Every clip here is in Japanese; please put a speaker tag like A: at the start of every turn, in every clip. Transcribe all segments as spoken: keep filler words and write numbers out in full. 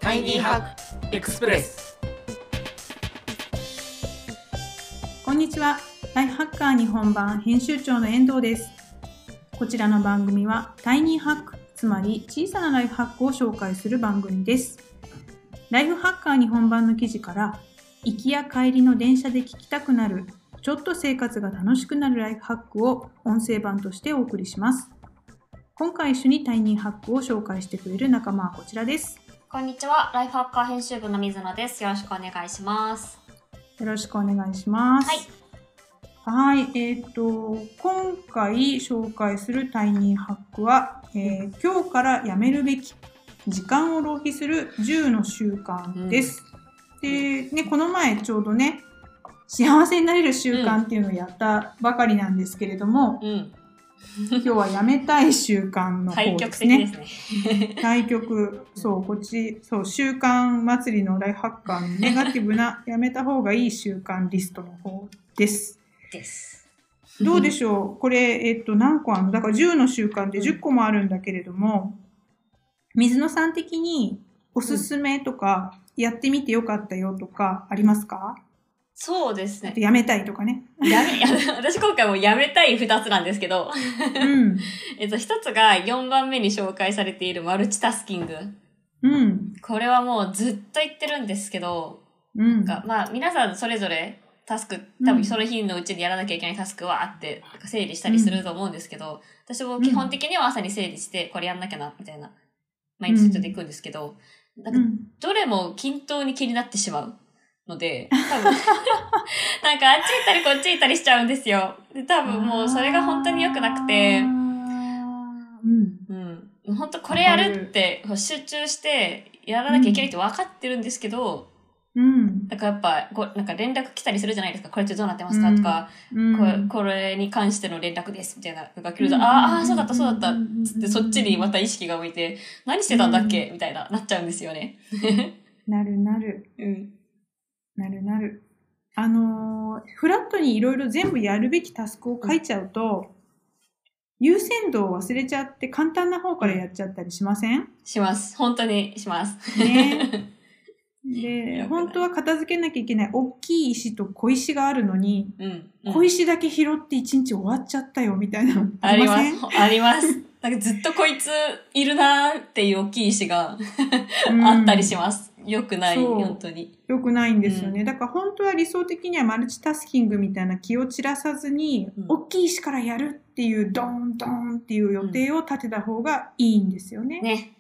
A: タイニーハックエクスプレス。
B: こんにちは。ライフハッカー日本版編集長の遠藤です。こちらの番組はタイニーハック、つまり小さなライフハックを紹介する番組です。ライフハッカー日本版の記事から行きや帰りの電車で聞きたくなる、ちょっと生活が楽しくなるライフハックを音声版としてお送りします。今回一緒にタイニーハックを紹介してくれる仲間はこちらです。
C: こんにちは。ライフハッカー編集部の水野です。よろしくお願いします。
B: よろしくお願いします。はい。はい。えっと、今回紹介するタイニーハックは、えー、今日からやめるべき時間を浪費するじゅうの習慣です。うん、で、ね、この前ちょうどね、幸せになれる習慣っていうのをやったばかりなんですけれども、うん、今日はやめたい習慣の方ですね。
C: 対極的ですね。
B: 対極。そう、こっち、そう、習慣祭りのライフハッカーのネガティブなやめた方がいい習慣リストの方です。
C: です。
B: どうでしょうこれ、えっと、何個あるのだからじゅうの習慣ってじゅっこもあるんだけれども、うん、水野さん的におすすめとか、やってみてよかったよとかありますか？
C: そうですね。
B: やめたいとかね。
C: やめ、私今回もやめたい二つなんですけど。うん。えっと、一つがよんばんめに紹介されているマルチタスキング。うん。これはもうずっと言ってるんですけど、うん。なんかまあ皆さんそれぞれタスク、多分その日のうちにやらなきゃいけないタスクはあって、整理したりすると思うんですけど、うん、私も基本的には朝に整理して、これやんなきゃな、みたいな、毎日でいくんですけど、なんかどれも均等に気になってしまう。ので、多分、なんかあっち行ったりこっち行ったりしちゃうんですよ。で、多分もうそれが本当に良くなくて、うん。うん。本当これやるって集中してやらなきゃいけないって分かってるんですけど、うん。だからやっぱ、こなんか連絡来たりするじゃないですか。これってどうなってますか、うん、とか、うん、これ、これに関しての連絡ですみたいなのが来ると、うん、ああ、そうだったそうだったつってそっちにまた意識が向いて、何してたんだっけ、うん、みたいな、なっちゃうんですよね。
B: なるなる。うん。なるなる。あのー、フラットにいろいろ全部やるべきタスクを書いちゃうと、優先度を忘れちゃって簡単な方からやっちゃったりしません？
C: します。本当にします。
B: ね。で、本当は片付けなきゃいけない大きい石と小石があるのに、うんうん、小石だけ拾って一日終わっちゃったよみたいなのありません？
C: あります。あります。なんかずっとこいついるなーっていう大きい石があったりします。良くない、本当に。
B: 良くないんですよね、うん。だから本当は理想的にはマルチタスキングみたいな気を散らさずに、うん、大きい石からやるっていうドーンドーンっていう予定を立てた方がいいんですよね。
C: うん、ね。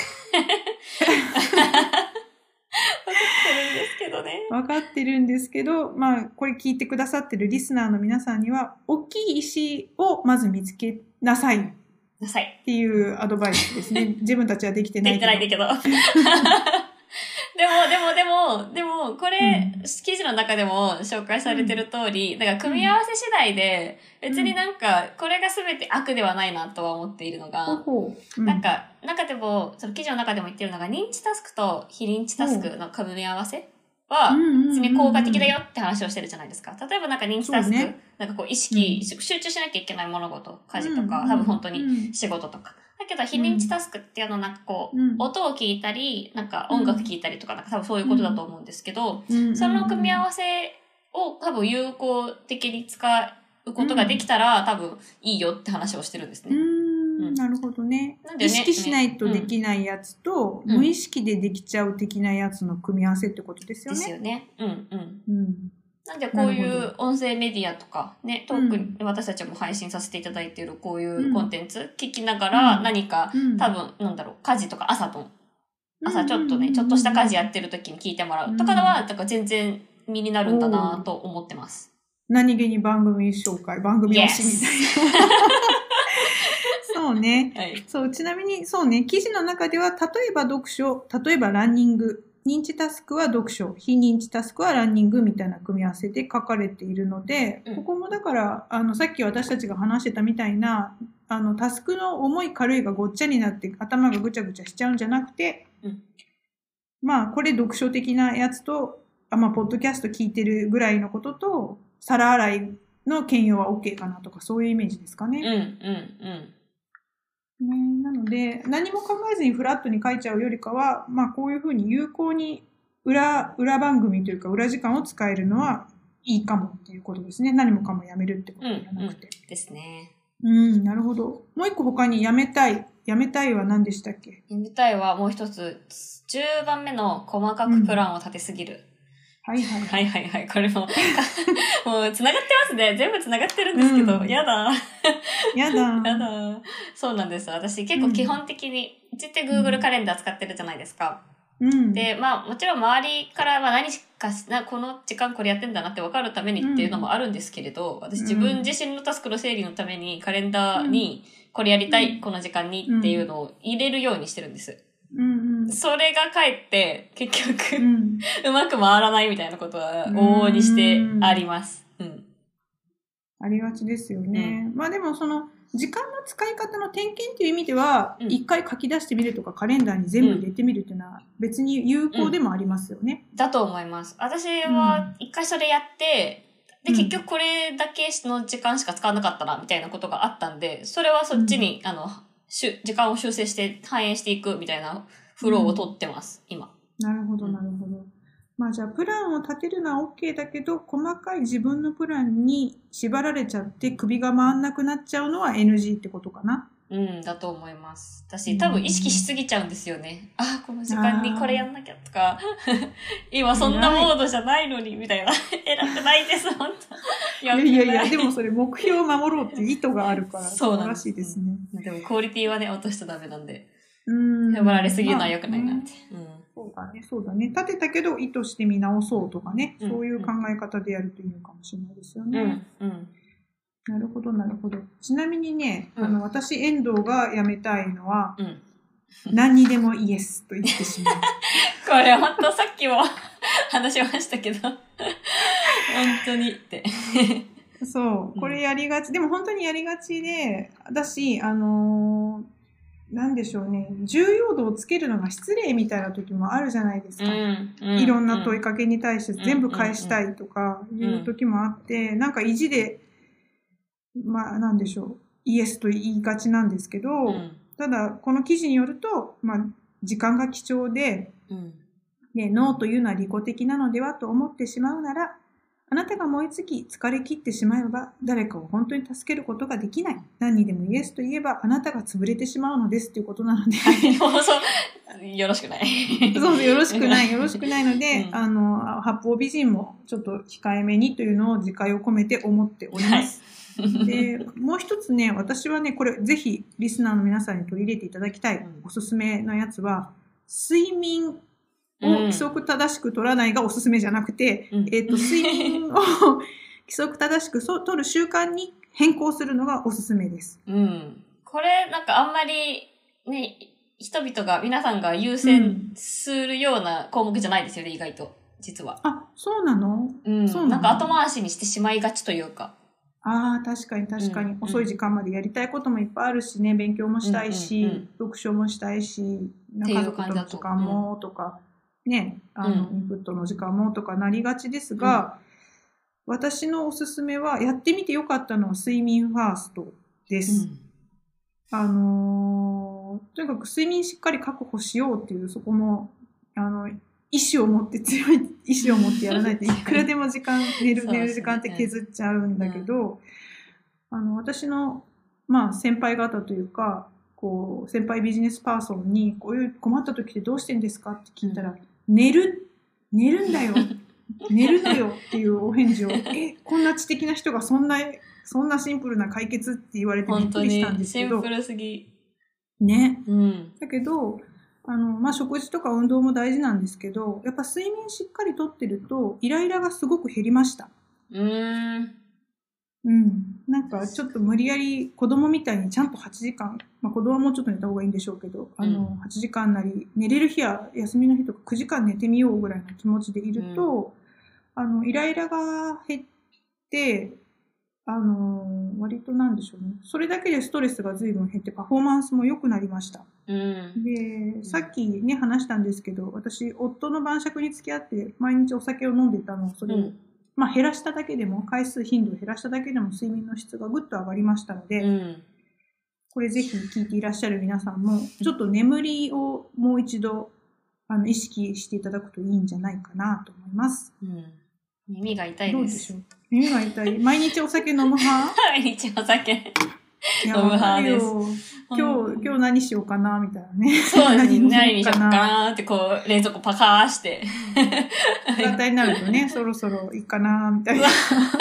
C: 分かってるんですけどね。
B: 分かってるんですけど、まあこれ聞いてくださってるリスナーの皆さんには、大きい石をまず見つけなさい。
C: なさい。
B: っていうアドバイスですね。自分たちはできてないけど。
C: できてないんだけど。でも、でも、でも、でも、これ、うん、記事の中でも紹介されてる通り、うん、だから組み合わせ次第で、別になんか、これが全て悪ではないなとは思っているのが、うん、なんか、中でも、その記事の中でも言ってるのが、認知タスクと非認知タスクの組み合わせは、別に効果的だよって話をしてるじゃないですか。例えばなんか認知タスク、ね、なんかこう意識、うん、集中しなきゃいけない物事、家事とか、多分本当に仕事とか。だけど、非認知タスクっていうのはなんかこう、うん、音を聞いたり、なんか音楽聞いたりとか、なんか多分そういうことだと思うんですけど、うん、その組み合わせを多分有効的に使うことができたら、多分いいよって話をしてるんですね。
B: うん、なるほどね。ね、意識しないとできないやつと、うん、無意識でできちゃう的なやつの組み合わせってことですよね。
C: ですよね。うんうん。うんなんでこういう音声メディアとかね、トーク、うん、私たちも配信させていただいているこういうコンテンツ、うん、聞きながら何か、うん、多分なんだろう、家事とか朝と、朝ちょっとね、ちょっとした家事やってる時に聞いてもらうとかは、だから全然身になるんだなと思ってます。
B: 何気に番組紹介、番組推しみたいな。Yes. そうね、はい。そう、ちなみにそうね、記事の中では、例えば読書、例えばランニング、認知タスクは読書、非認知タスクはランニングみたいな組み合わせで書かれているので、うん、ここもだから、あの、さっき私たちが話してたみたいな、あの、タスクの重い軽いがごっちゃになって頭がぐちゃぐちゃしちゃうんじゃなくて、うん、まあ、これ読書的なやつと、あまあ、ポッドキャスト聞いてるぐらいのことと、皿洗いの兼用は OK かなとか、そういうイメージですかね。
C: うん、うん、うん。
B: ね、なので、何も考えずにフラットに書いちゃうよりかは、まあこういうふうに有効に裏、裏番組というか裏時間を使えるのはいいかもっていうことですね。何もかもやめるってことじゃなくて。
C: うんうん、ですね。
B: うん、なるほど。もう一個他にやめたい。やめたいは何でしたっけ？
C: やめたいはもう一つ、じゅうばんめの細かくプランを立てすぎる。
B: うん、はいはい。
C: はいはいはい。これも、もう繋がってますね。全部繋がってるんですけど、うん、やだ。
B: やだ。
C: やだ。そうなんです。私結構基本的に、うちって Google カレンダー使ってるじゃないですか。うん、で、まあもちろん周りからは何かしな、この時間これやってんだなって分かるためにっていうのもあるんですけれど、うん、私自分自身のタスクの整理のためにカレンダーにこれやりたい、うん、この時間にっていうのを入れるようにしてるんです。うんうん、それがかえって結局、うん、うまく回らないみたいなことは往々にしてあります。うん、
B: ありがちですよね。うん、まあでもその時間の使い方の点検っていう意味では、一、うん、回書き出してみるとかカレンダーに全部入れてみるっていうのは別に有効でもありますよね。
C: うん、だと思います。私は一回それやって、で、結局これだけの時間しか使わなかったなみたいなことがあったんで、それはそっちに、うん、あの、時間を修正して反映していくみたいなフローを取ってます、うん、今。
B: なるほど、なるほど。まあじゃあプランを立てるのは OK だけど、細かい自分のプランに縛られちゃって首が回んなくなっちゃうのは エヌジー ってことかな。
C: うん、だと思います。私多分意識しすぎちゃうんですよね。うん、あ、この時間にこれやんなきゃとか、今そんなモードじゃないのにみたいな。偉くないです、本当。
B: いやいやいや、でもそれ目標を守ろうっていう意図があるから素晴らしいですね。
C: うん、でもクオリティはね、落としちゃダメなんで。うん。縛られすぎるのは良くないなって。まあ、うん
B: そうだね、そうだね。立てたけど意図して見直そうとかね、うん、そういう考え方でやるといいのかもしれないですよね。うん。うん、なるほど、なるほど。ちなみにね、うん、あの、私、遠藤がやめたいのは、うん、何にでもイエスと言ってしまう。
C: これ本当さっきも話しましたけど、本当にって。
B: そう、これやりがち、うん、でも本当にやりがちで、だし、あのー、なんでしょうね、重要度をつけるのが失礼みたいな時もあるじゃないですか。うんうん、いろんな問いかけに対して全部返したいとかいう時もあって、うん、なんか意地で、まあなんでしょう、イエスと言いがちなんですけど、うん、ただこの記事によると、まあ時間が貴重で、うん、で、ノーというのは利己的なのではと思ってしまうなら、あなたが燃え尽き疲れ切ってしまえば誰かを本当に助けることができない。何にでもイエスと言えばあなたが潰れてしまうのですということなので
C: よろしくない
B: そうそうよろしくないよろしくないので、うん、あの八方美人もちょっと控えめにというのを自戒を込めて思っております、はい、でもう一つね、私はねこれぜひリスナーの皆さんに取り入れていただきたい、うん、おすすめのやつは睡眠を規則正しく取らないがおすすめじゃなくて、うん、えっと、睡眠を規則正しく取る習慣に変更するのがおすすめです。
C: うん。これ、なんかあんまり、ね、人々が、皆さんが優先するような項目じゃないですよね、うん、意外と。実は。
B: あ、そうなの？
C: うん。そうなの？なんか後回しにしてしまいがちというか。
B: ああ、確かに確かに、うん、遅い時間までやりたいこともいっぱいあるしね、勉強もしたいし、うんうんうん、読書もしたいし、家族との時間もとか、ね、あの、うん、インプットの時間もとかなりがちですが、うん、私のおすすめは、やってみてよかったのは睡眠ファーストです。うん、あのー、とにかく睡眠しっかり確保しようっていう、そこも、あの、意志を持って、強い意志を持ってやらないといくらでも時間、寝る、寝る時間って削っちゃうんだけど、うん、あの、私の、まあ、先輩方というか、こう、先輩ビジネスパーソンに、こういう困った時ってどうしてんですかって聞いたら、うん、寝る、寝るんだよ、寝るのよっていうお返事を、え、こんな知的な人がそんな、そんなシンプルな解決って言われてびっくりしたんですけど。
C: 本当にシンプルすぎ。
B: ね。うん。だけど、あの、まあ、食事とか運動も大事なんですけど、やっぱ睡眠しっかりとってると、イライラがすごく減りました。うーん。うん。なんか、ちょっと無理やり子供みたいにちゃんとはちじかん、まあ、子供はもうちょっと寝た方がいいんでしょうけど、あの、はちじかんなり、寝れる日や休みの日とかくじかん寝てみようぐらいの気持ちでいると、うん、あの、イライラが減って、あの、割となんでしょうね。それだけでストレスが随分減ってパフォーマンスも良くなりました。うん、で、さっきね、話したんですけど、私、夫の晩酌に付き合って毎日お酒を飲んでたのを、それを、うん、まあ減らしただけでも、回数頻度を減らしただけでも睡眠の質がぐっと上がりましたので、うん、 これぜひ聞いていらっしゃる皆さんも、ちょっと眠りをもう一度、あの、意識していただくといいんじゃないかなと思います。
C: うん。耳が痛いです。
B: どうでしょう。耳が痛い。毎日お酒飲む派
C: 毎日お酒飲む派です。
B: 今日、今日何しようかな、みたいなね。
C: そうですね。何にしようかなって、こう、冷蔵庫パカーして。
B: 夕方になるとね、そろそろいいかな、みたいな。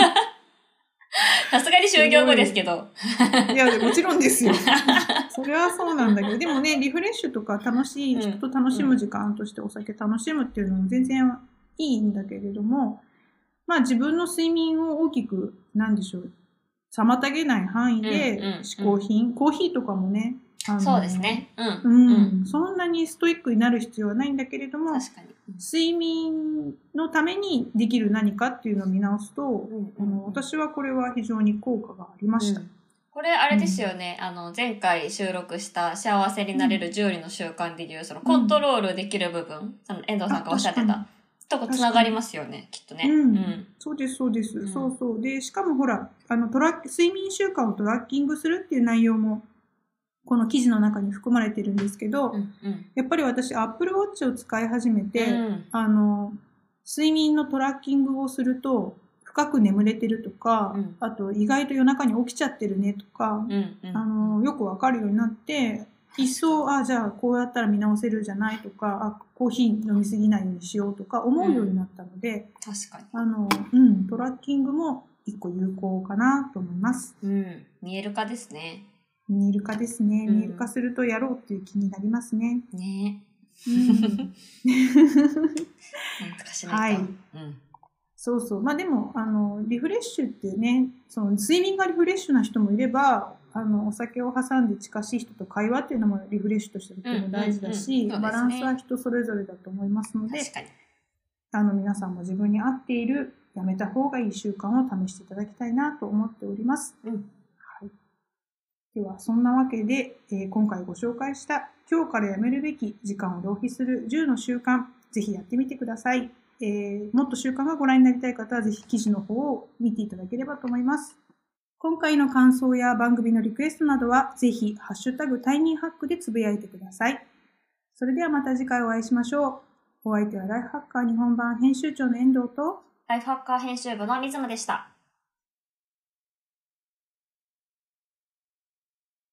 C: さすがに就業後ですけど。
B: いや、もちろんですよ。それはそうなんだけど、でもね、リフレッシュとか楽しい、人と楽しむ時間としてお酒楽しむっていうのも全然いいんだけれども、まあ自分の睡眠を大きく、なんでしょう、妨げない範囲で、嗜好品、うんうん、コーヒーとかもね、
C: あのそうですね。うん。
B: うん。そんなにストイックになる必要はないんだけれども、
C: 確かに。
B: 睡眠のためにできる何かっていうのを見直すと、うんうん、あの私はこれは非常に効果がありました。うん、
C: これあれですよね、うん、あの前回収録した幸せになれるじゅう理の習慣でいう、そのコントロールできる部分、うん、その遠藤さんがおっしゃってたとこつながりますよね、きっとね。
B: うん。うん、そうです、そうです、うん。そうそう。で、しかもほら、あのトラ睡眠習慣をトラッキングするっていう内容も、この記事の中に含まれてるんですけど、うんうん、やっぱり私、Apple Watch を使い始めて、うん、あの、睡眠のトラッキングをすると、深く眠れてるとか、うん、あと意外と夜中に起きちゃってるねとか、うんうん、あの、よくわかるようになって、一層、あ、じゃあこうやったら見直せるじゃないとか、あ、コーヒー飲みすぎないようにしようとか思うようになったので、
C: うん、確かに。
B: あの、うん、トラッキングも一個有効かなと思います。
C: うん、見える化ですね。
B: 見える化ですね。見える化するとやろうっていう気になりますね。
C: ね
B: え。うん。
C: 難しいね。
B: はい。うん。そうそう。まあでも、あの、リフレッシュってね、その睡眠がリフレッシュな人もいれば、あの、お酒を挟んで近しい人と会話っていうのもリフレッシュとしてとても大事だし、うんうんうん、バランスは人それぞれだと思いますので、
C: 確かに。
B: あの、皆さんも自分に合っている、やめた方がいい習慣を試していただきたいなと思っております。
C: うん
B: では、そんなわけで、えー、今回ご紹介した今日からやめるべき時間を浪費するじゅうの習慣、ぜひやってみてください。えー、もっと習慣がご覧になりたい方はぜひ記事の方を見ていただければと思います。今回の感想や番組のリクエストなどはぜひハッシュタグタイニーハックでつぶやいてください。それではまた次回お会いしましょう。お相手はライフハッカー日本版編集長の遠藤と
C: ライフハッカー編集部の水野でした。